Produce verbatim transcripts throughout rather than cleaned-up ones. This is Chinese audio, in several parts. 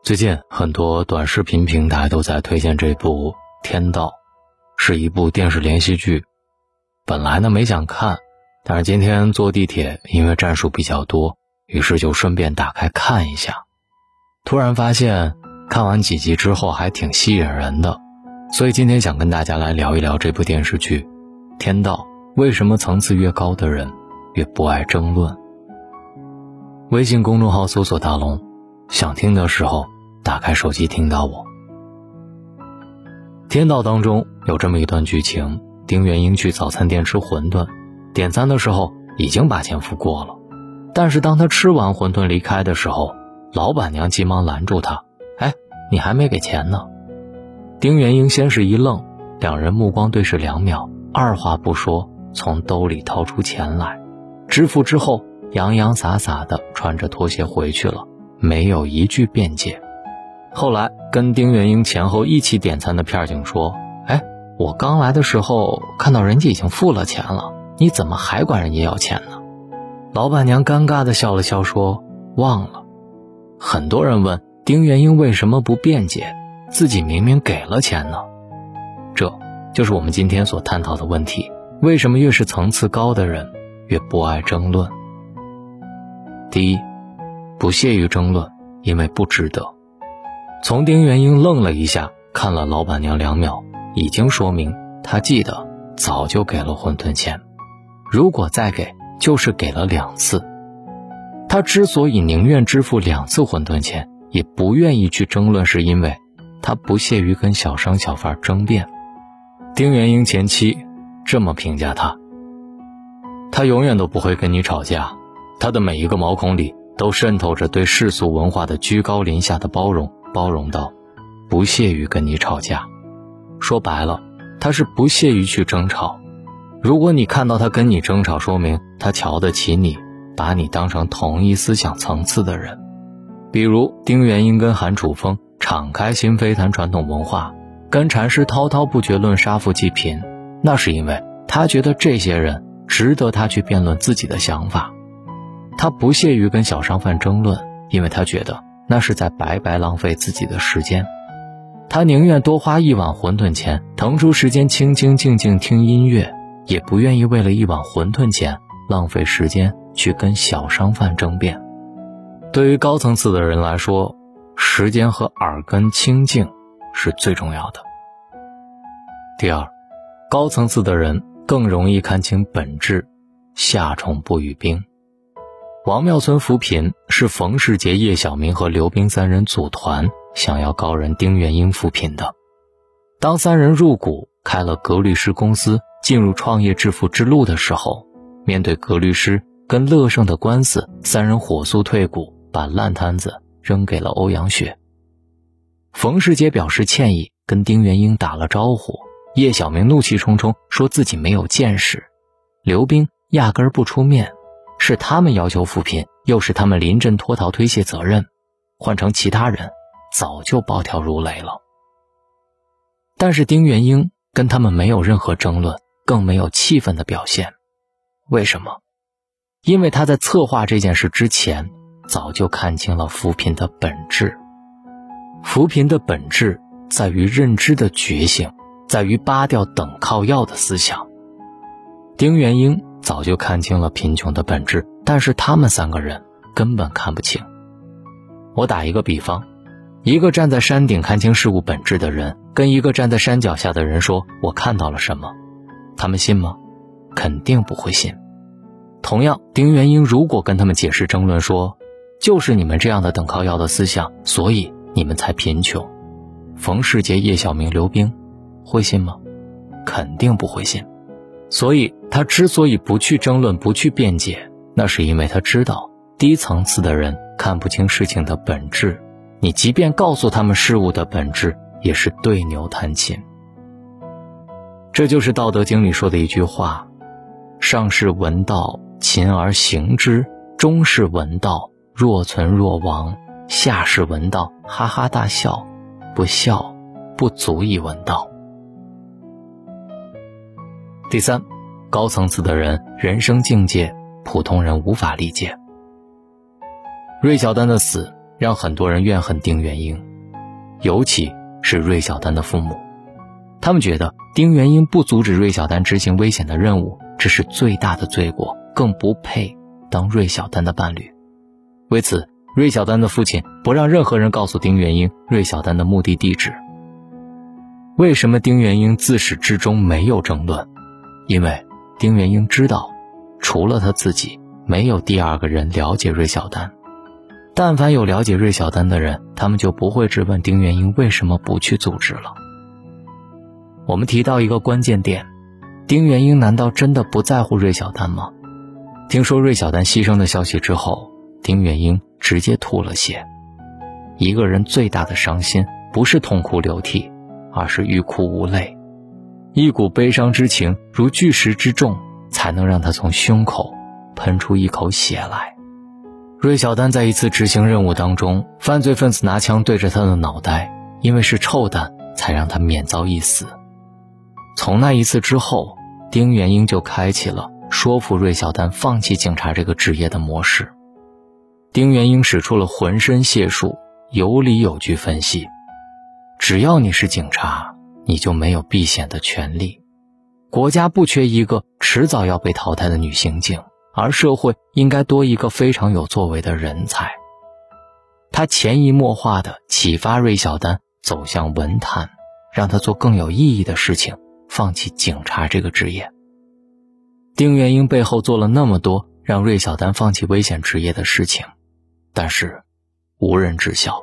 最近很多短视频平台都在推荐这部《天道》，是一部电视连续剧。本来呢没想看，但是今天坐地铁，因为站数比较多，于是就顺便打开看一下。突然发现看完几集之后还挺吸引人的，所以今天想跟大家来聊一聊这部电视剧《天道》，为什么层次越高的人越不爱争论。微信公众号搜索大龙，想听的时候打开手机听到我。天道当中有这么一段剧情，丁元英去早餐店吃馄饨，点餐的时候已经把钱付过了，但是当他吃完馄饨离开的时候，老板娘急忙拦住他，哎，你还没给钱呢。丁元英先是一愣，两人目光对视两秒，二话不说从兜里掏出钱来，支付之后洋洋洒洒地穿着拖鞋回去了，没有一句辩解。后来跟丁元英前后一起点餐的片警说，哎，我刚来的时候看到人家已经付了钱了，你怎么还管人家要钱呢？老板娘尴尬地笑了笑说，忘了。很多人问丁元英为什么不辩解，自己明明给了钱呢？这就是我们今天所探讨的问题，为什么越是层次高的人越不爱争论。第一，不屑于争论，因为不值得。从丁元英愣了一下，看了老板娘两秒，已经说明他记得早就给了馄饨钱，如果再给就是给了两次。他之所以宁愿支付两次馄饨钱，也不愿意去争论，是因为他不屑于跟小商小贩争辩。丁元英前妻这么评价他，他永远都不会跟你吵架，他的每一个毛孔里都渗透着对世俗文化的居高临下的包容，包容到不屑于跟你吵架。说白了，他是不屑于去争吵。如果你看到他跟你争吵，说明他瞧得起你，把你当成同一思想层次的人。比如丁元英跟韩楚风敞开心扉谈传统文化，跟禅师滔滔不绝论杀富济贫，那是因为他觉得这些人值得他去辩论自己的想法。他不屑于跟小商贩争论，因为他觉得那是在白白浪费自己的时间。他宁愿多花一碗馄饨钱，腾出时间清清静静听音乐，也不愿意为了一碗馄饨钱浪费时间去跟小商贩争辩。对于高层次的人来说，时间和耳根清净是最重要的。第二，高层次的人更容易看清本质，夏虫不语冰。王庙村扶贫是冯世杰、叶晓明和刘冰三人组团想要告人丁元英扶贫的。当三人入股开了格律师公司，进入创业致富之路的时候，面对格律师跟乐盛的官司，三人火速退股，把烂摊子扔给了欧阳雪。冯世杰表示歉意，跟丁元英打了招呼。叶晓明怒气冲冲说自己没有见识，刘冰压根儿不出面，是他们要求扶贫，又是他们临阵脱逃推卸责任，换成其他人早就暴跳如雷了。但是丁元英跟他们没有任何争论，更没有气愤的表现。为什么？因为他在策划这件事之前早就看清了扶贫的本质。扶贫的本质在于认知的觉醒，在于扒掉等靠要的思想。丁元英早就看清了贫穷的本质，但是他们三个人根本看不清。我打一个比方，一个站在山顶看清事物本质的人，跟一个站在山脚下的人说我看到了什么，他们信吗？肯定不会信。同样，丁元英如果跟他们解释争论说，就是你们这样的等靠要的思想，所以你们才贫穷，冯世杰、叶晓明、刘冰会信吗？肯定不会信。所以他之所以不去争论，不去辩解，那是因为他知道低层次的人看不清事情的本质，你即便告诉他们事物的本质，也是对牛弹琴。这就是《道德经》里说的一句话，上士闻道，勤而行之；中士闻道，若存若亡；下士闻道，哈哈大笑；不笑，不足以闻道。第三，高层次的人人生境界普通人无法理解。芮小丹的死让很多人怨恨丁元英，尤其是芮小丹的父母。他们觉得丁元英不阻止芮小丹执行危险的任务，这是最大的罪过，更不配当芮小丹的伴侣。为此，芮小丹的父亲不让任何人告诉丁元英芮小丹的目的地址。为什么丁元英自始至终没有争论？因为丁元英知道，除了他自己，没有第二个人了解芮小丹。但凡有了解芮小丹的人，他们就不会质问丁元英为什么不去阻止了。我们提到一个关键点，丁元英难道真的不在乎芮小丹吗？听说芮小丹牺牲的消息之后，丁元英直接吐了血。一个人最大的伤心，不是痛哭流涕，而是欲哭无泪。一股悲伤之情如巨石之重，才能让他从胸口喷出一口血来。芮小丹在一次执行任务当中，犯罪分子拿枪对着他的脑袋，因为是臭弹，才让他免遭一死。从那一次之后，丁元英就开启了说服芮小丹放弃警察这个职业的模式。丁元英使出了浑身解数，有理有据分析，只要你是警察，你就没有避险的权利。国家不缺一个迟早要被淘汰的女刑警，而社会应该多一个非常有作为的人才。他潜移默化地启发芮小丹走向文坛，让他做更有意义的事情，放弃警察这个职业。丁元英背后做了那么多让芮小丹放弃危险职业的事情，但是无人知晓。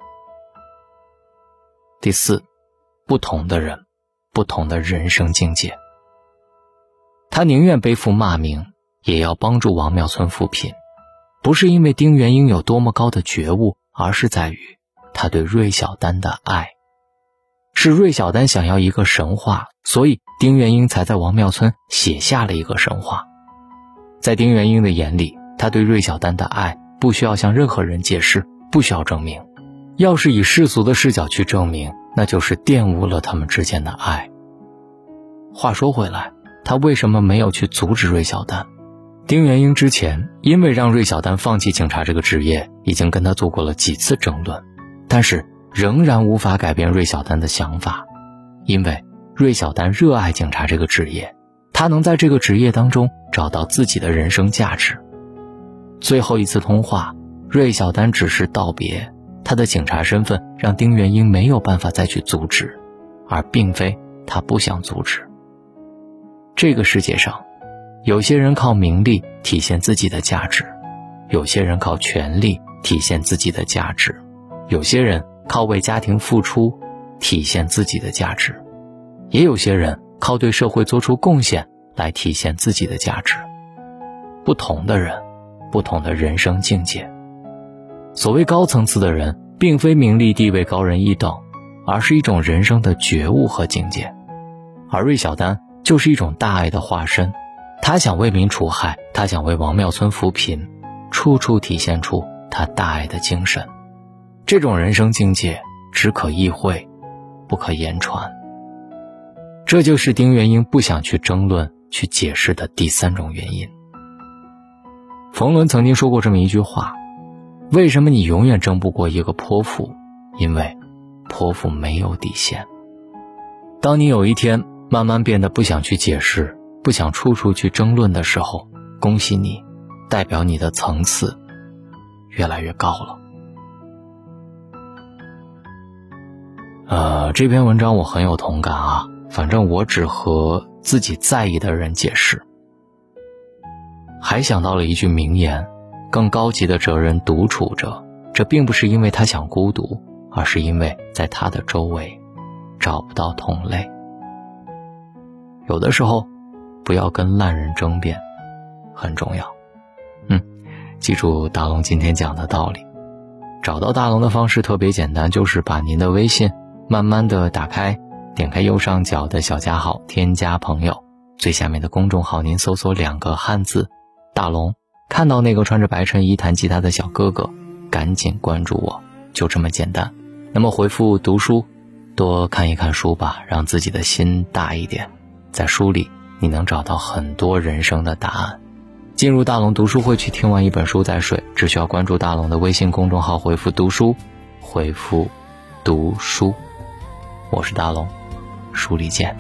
第四，不同的人，不同的人生境界。他宁愿背负骂名，也要帮助王庙村扶贫，不是因为丁元英有多么高的觉悟，而是在于他对芮小丹的爱。是芮小丹想要一个神话，所以丁元英才在王庙村写下了一个神话。在丁元英的眼里，他对芮小丹的爱不需要向任何人解释，不需要证明。要是以世俗的视角去证明，那就是玷污了他们之间的爱。话说回来，他为什么没有去阻止芮小丹？丁元英之前因为让芮小丹放弃警察这个职业，已经跟他做过了几次争论，但是仍然无法改变芮小丹的想法。因为芮小丹热爱警察这个职业，他能在这个职业当中找到自己的人生价值。最后一次通话，芮小丹只是道别，他的警察身份让丁元英没有办法再去阻止，而并非他不想阻止。这个世界上，有些人靠名利体现自己的价值，有些人靠权力体现自己的价值，有些人靠为家庭付出体现自己的价值，也有些人靠对社会做出贡献来体现自己的价值。不同的人，不同的人生境界。所谓高层次的人，并非名利地位高人一等，而是一种人生的觉悟和境界。而芮小丹就是一种大爱的化身，他想为民除害，他想为王庙村扶贫，处处体现出他大爱的精神。这种人生境界只可意会，不可言传。这就是丁元英不想去争论、去解释的第三种原因。冯仑曾经说过这么一句话：为什么你永远争不过一个泼妇？因为泼妇没有底线。当你有一天慢慢变得不想去解释，不想处处去争论的时候，恭喜你，代表你的层次越来越高了。呃，这篇文章我很有同感啊，反正我只和自己在意的人解释。还想到了一句名言：更高级的哲人独处着，这并不是因为他想孤独，而是因为在他的周围找不到同类。有的时候不要跟烂人争辩，很重要。嗯，记住大龙今天讲的道理。找到大龙的方式特别简单，就是把您的微信慢慢的打开，点开右上角的小加号，添加朋友，最下面的公众号您搜索两个汉字大龙，看到那个穿着白衬衣弹吉他的小哥哥，赶紧关注我，就这么简单。那么回复读书，多看一看书吧，让自己的心大一点，在书里你能找到很多人生的答案。 进入大龙读书会去听完一本书再睡，只需要关注大龙的微信公众号，回复读书，回复读书。我是大龙，书里见。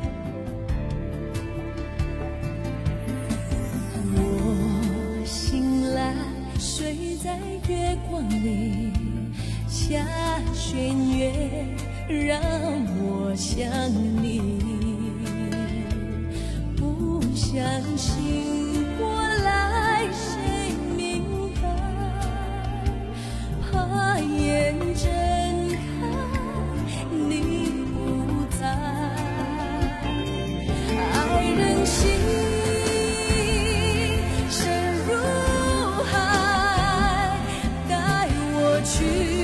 我醒来，睡在月光里，下弦月让我想你，不相信过来谁明白，怕眼睁开你不在，爱人心深如海，带我去